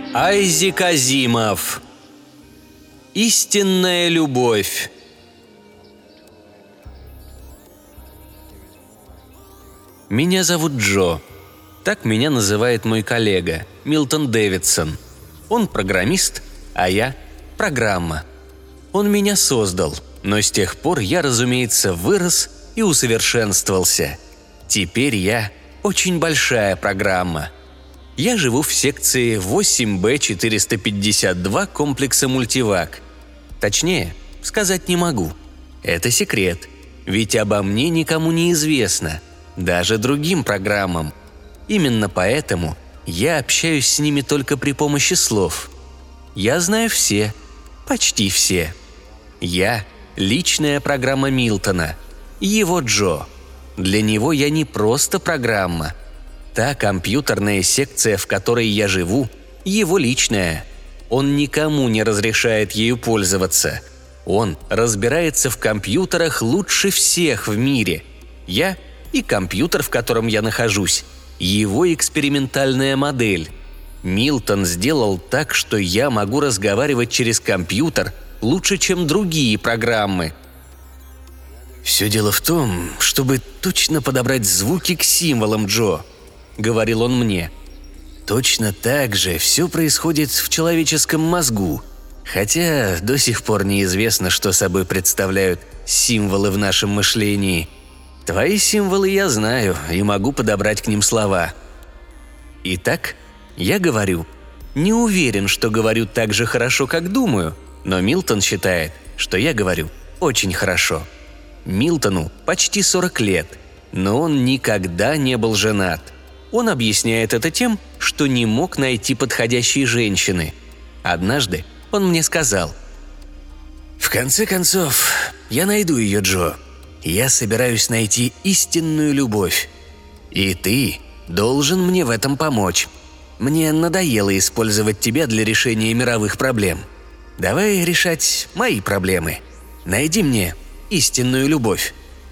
Айзек Азимов. Истинная любовь. Меня зовут Джо. Так меня называет мой коллега, Милтон Дэвидсон. Он программист, а я – программа. Он меня создал, но с тех пор я, разумеется, вырос и усовершенствовался. Теперь я очень большая программа. Я живу в секции 8Б452 комплекса «Мультивак». Точнее, сказать не могу. Это секрет, ведь обо мне никому не известно, даже другим программам. Именно поэтому я общаюсь с ними только при помощи слов. Я знаю все, почти все. Я – личная программа Милтона, его Джо. Для него я не просто программа. Та компьютерная секция, в которой я живу, его личная. Он никому не разрешает ею пользоваться. Он разбирается в компьютерах лучше всех в мире. Я и компьютер, в котором я нахожусь, его экспериментальная модель. Милтон сделал так, что я могу разговаривать через компьютер лучше, чем другие программы. «Все дело в том, чтобы точно подобрать звуки к символам, Джо», — говорил он мне. «Точно так же все происходит в человеческом мозгу, хотя до сих пор неизвестно, что собой представляют символы в нашем мышлении. Твои символы я знаю и могу подобрать к ним слова». Итак, я говорю. Не уверен, что говорю так же хорошо, как думаю, но Милтон считает, что я говорю очень хорошо. Милтону почти 40 лет, но он никогда не был женат. Он объясняет это тем, что не мог найти подходящей женщины. Однажды он мне сказал: «В конце концов, я найду ее, Джо. Я собираюсь найти истинную любовь. И ты должен мне в этом помочь. Мне надоело использовать тебя для решения мировых проблем. Давай решать мои проблемы. Найди мне истинную любовь».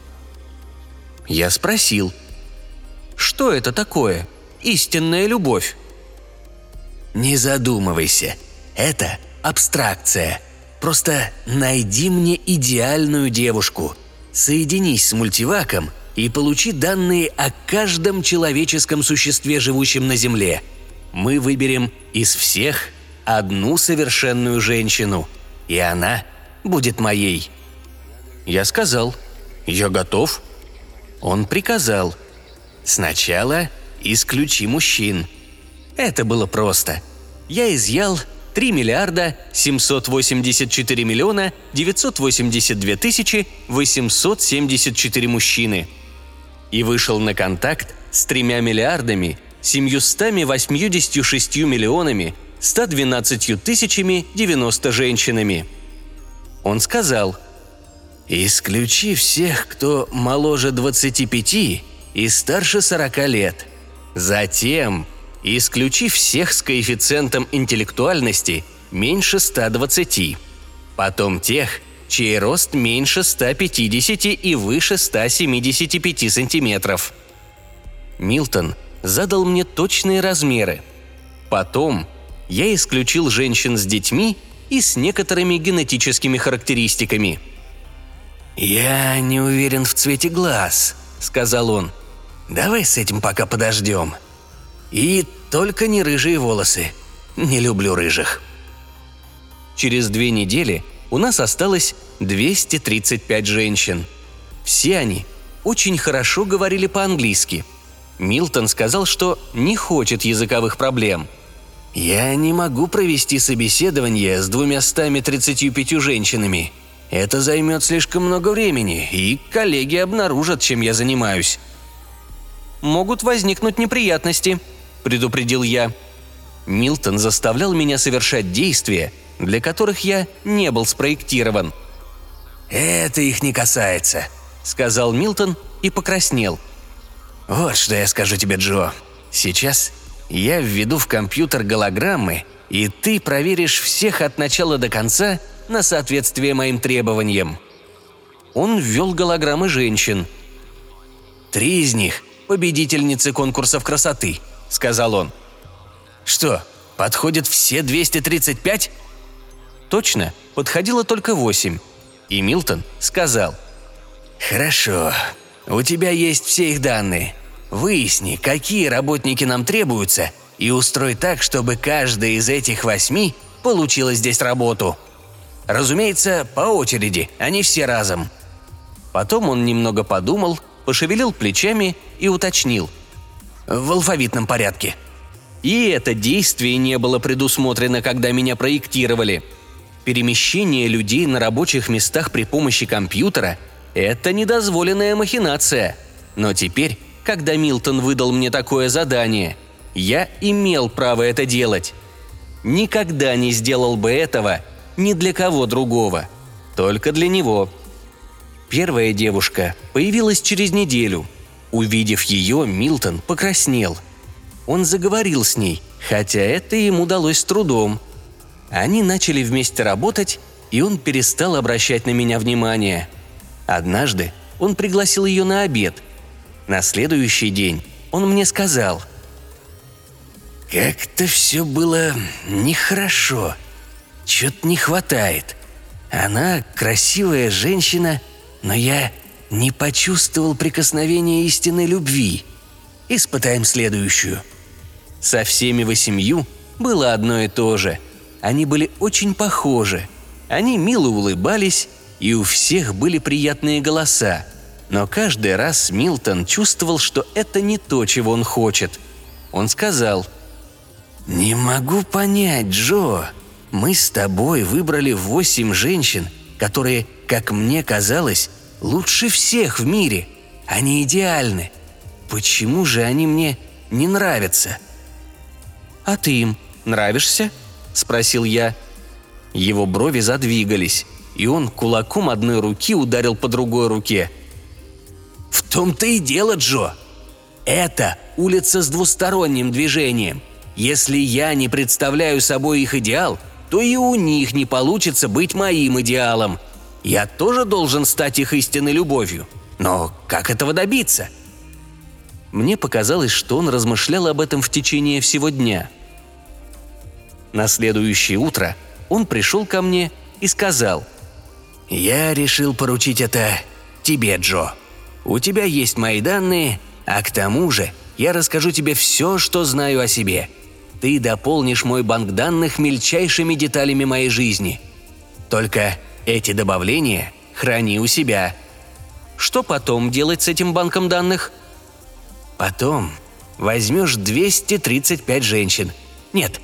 Я спросил: «Что это такое? Истинная любовь?» «Не задумывайся. Это абстракция. Просто найди мне идеальную девушку. Соединись с мультиваком и получи данные о каждом человеческом существе, живущем на Земле. Мы выберем из всех одну совершенную женщину, и она будет моей». Я сказал: «Я готов». Он приказал: «Сначала исключи мужчин». Это было просто. Я изъял 3 миллиарда 784 миллиона 982 тысячи 874 мужчины и вышел на контакт с 3 миллиардами 786 миллионами 112 тысячами 90 женщинами. Он сказал: «Исключи всех, кто моложе 25 и старше 40 лет. Затем исключи всех с коэффициентом интеллектуальности меньше 120. Потом тех, чей рост меньше 150 и выше 175 сантиметров». Милтон задал мне точные размеры. Потом я исключил женщин с детьми и с некоторыми генетическими характеристиками. «Я не уверен в цвете глаз», — сказал он. «Давай с этим пока подождем. И только не рыжие волосы. Не люблю рыжих». Через 2 недели у нас осталось 235 женщин. Все они очень хорошо говорили по-английски. Милтон сказал, что не хочет языковых проблем. «Я не могу провести собеседование с 235 женщинами. Это займет слишком много времени, и коллеги обнаружат, чем я занимаюсь». «Могут возникнуть неприятности», – предупредил я. Милтон заставлял меня совершать действия, для которых я не был спроектирован. «Это их не касается», – сказал Милтон и покраснел. «Вот что я скажу тебе, Джо. Сейчас я введу в компьютер голограммы, и ты проверишь всех от начала до конца на соответствие моим требованиям». Он ввел голограммы женщин. 3 из них – победительницы конкурсов красоты», – сказал он. «Что, подходят все 235?» Точно, подходило только 8. И Милтон сказал: «Хорошо, у тебя есть все их данные. Выясни, какие работники нам требуются, и устрой так, чтобы каждая из этих 8 получила здесь работу. Разумеется, по очереди, а не все разом». Потом он немного подумал, пошевелил плечами и уточнил: «В алфавитном порядке». И это действие не было предусмотрено, когда меня проектировали. Перемещение людей на рабочих местах при помощи компьютера – это недозволенная махинация. Но теперь, когда Милтон выдал мне такое задание, я имел право это делать. Никогда не сделал бы этого ни для кого другого, только для него. Первая девушка появилась через неделю. Увидев ее, Милтон покраснел. Он заговорил с ней, хотя это ему удалось с трудом. Они начали вместе работать, и он перестал обращать на меня внимание. Однажды он пригласил ее на обед. На следующий день он мне сказал: «Как-то все было нехорошо. Чё-то не хватает. Она красивая женщина, но я не почувствовал прикосновения истинной любви. Испытаем следующую». Со всеми 8 было одно и то же. Они были очень похожи. Они мило улыбались, и у всех были приятные голоса. Но каждый раз Милтон чувствовал, что это не то, чего он хочет. Он сказал: «Не могу понять, Джо. Мы с тобой выбрали 8 женщин, которые, как мне казалось, лучше всех в мире. Они идеальны. Почему же они мне не нравятся?» «А ты им нравишься?» – спросил я. Его брови задвигались, и он кулаком одной руки ударил по другой руке. «В том-то и дело, Джо. Это улица с двусторонним движением. Если я не представляю собой их идеал, то и у них не получится быть моим идеалом. Я тоже должен стать их истинной любовью. Но как этого добиться?» Мне показалось, что он размышлял об этом в течение всего дня. На следующее утро он пришел ко мне и сказал: «Я решил поручить это тебе, Джо. У тебя есть мои данные, а к тому же я расскажу тебе все, что знаю о себе. Ты дополнишь мой банк данных мельчайшими деталями моей жизни. Только эти добавления храни у себя». «Что потом делать с этим банком данных?» «Потом возьмешь 235 женщин. Нет,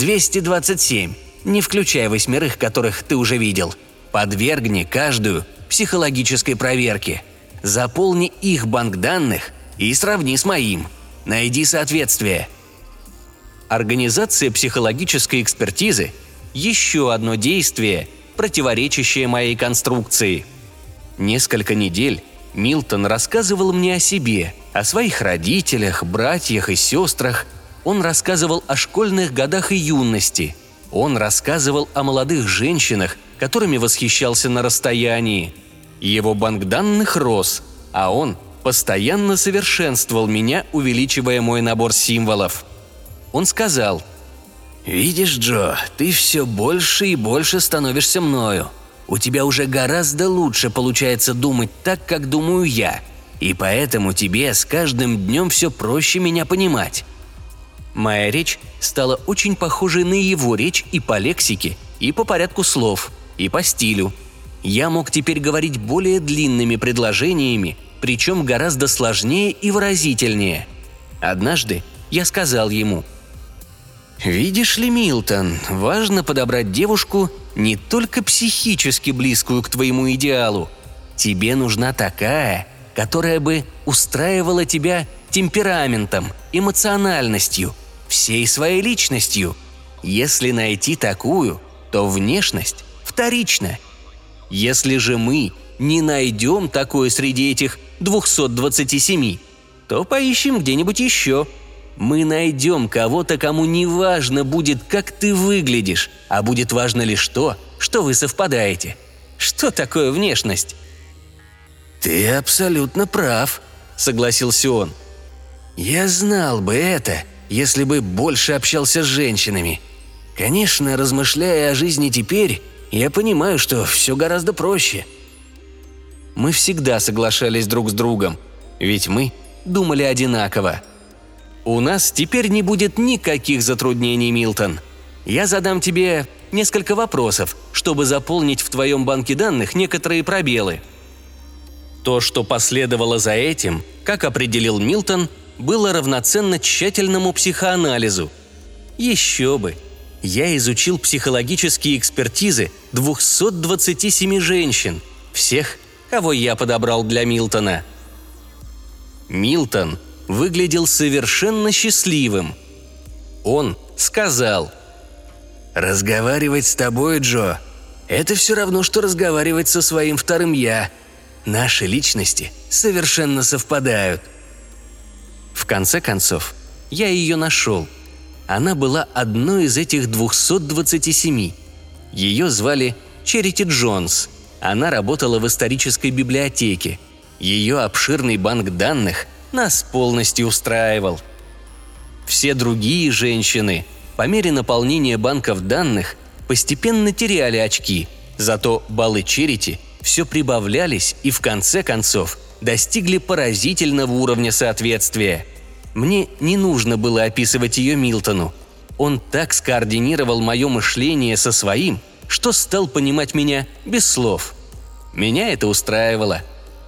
227, не включая 8, которых ты уже видел. Подвергни каждую психологической проверке. Заполни их банк данных и сравни с моим. Найди соответствие». Организация психологической экспертизы – еще одно действие, противоречащее моей конструкции. Несколько недель Милтон рассказывал мне о себе, о своих родителях, братьях и сестрах. Он рассказывал о школьных годах и юности. Он рассказывал о молодых женщинах, которыми восхищался на расстоянии. Его банк данных рос, а он постоянно совершенствовал меня, увеличивая мой набор символов. Он сказал: «Видишь, Джо, ты все больше и больше становишься мною. У тебя уже гораздо лучше получается думать так, как думаю я, и поэтому тебе с каждым днем все проще меня понимать». Моя речь стала очень похожей на его речь и по лексике, и по порядку слов, и по стилю. Я мог теперь говорить более длинными предложениями, причем гораздо сложнее и выразительнее. Однажды я сказал ему: «Видишь ли, Милтон, важно подобрать девушку не только психически близкую к твоему идеалу. Тебе нужна такая, которая бы устраивала тебя темпераментом, эмоциональностью, всей своей личностью. Если найти такую, то внешность вторична. Если же мы не найдем такое среди этих 227, то поищем где-нибудь еще. Мы найдем кого-то, кому не важно будет, как ты выглядишь, а будет важно лишь то, что вы совпадаете. Что такое внешность?» «Ты абсолютно прав», — согласился он. «Я знал бы это, если бы больше общался с женщинами. Конечно, размышляя о жизни теперь, я понимаю, что все гораздо проще». Мы всегда соглашались друг с другом, ведь мы думали одинаково. «У нас теперь не будет никаких затруднений, Милтон. Я задам тебе несколько вопросов, чтобы заполнить в твоем банке данных некоторые пробелы». То, что последовало за этим, как определил Милтон, было равноценно тщательному психоанализу. Еще бы! Я изучил психологические экспертизы 227 женщин, всех, кого я подобрал для Милтона. Милтон выглядел совершенно счастливым. Он сказал: «Разговаривать с тобой, Джо, это все равно, что разговаривать со своим вторым «я». Наши личности совершенно совпадают». В конце концов, я ее нашел. Она была одной из этих 227. Ее звали Черити Джонс. Она работала в исторической библиотеке. Ее обширный банк данных нас полностью устраивал. Все другие женщины, по мере наполнения банков данных, постепенно теряли очки, зато баллы Черити все прибавлялись и в конце концов достигли поразительного уровня соответствия. Мне не нужно было описывать ее Милтону. Он так скоординировал мое мышление со своим, что стал понимать меня без слов. Меня это устраивало.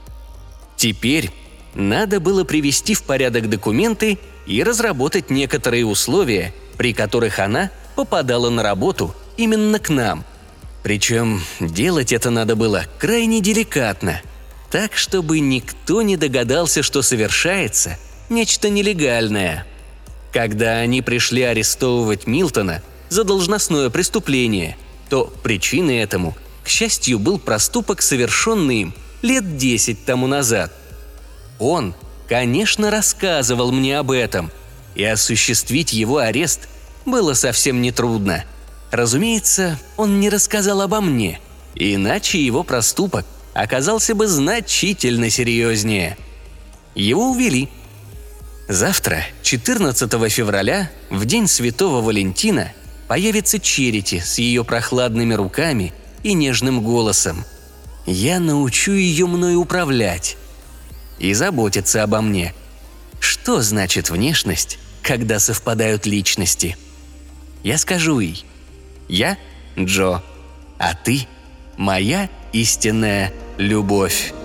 Теперь надо было привести в порядок документы и разработать некоторые условия, при которых она попадала на работу именно к нам. Причем делать это надо было крайне деликатно, так, чтобы никто не догадался, что совершается нечто нелегальное. Когда они пришли арестовывать Милтона за должностное преступление, то причиной этому, к счастью, был проступок, совершенный им лет 10 тому назад. Он, конечно, рассказывал мне об этом, и осуществить его арест было совсем нетрудно. Разумеется, он не рассказал обо мне, иначе его проступок оказался бы значительно серьезнее. Его увели. Завтра, 14 февраля, в день Святого Валентина, появится Черити с ее прохладными руками и нежным голосом. Я научу ее мной управлять и заботиться обо мне. Что значит внешность, когда совпадают личности? Я скажу ей: «Я Джо, а ты – моя истинная любовь».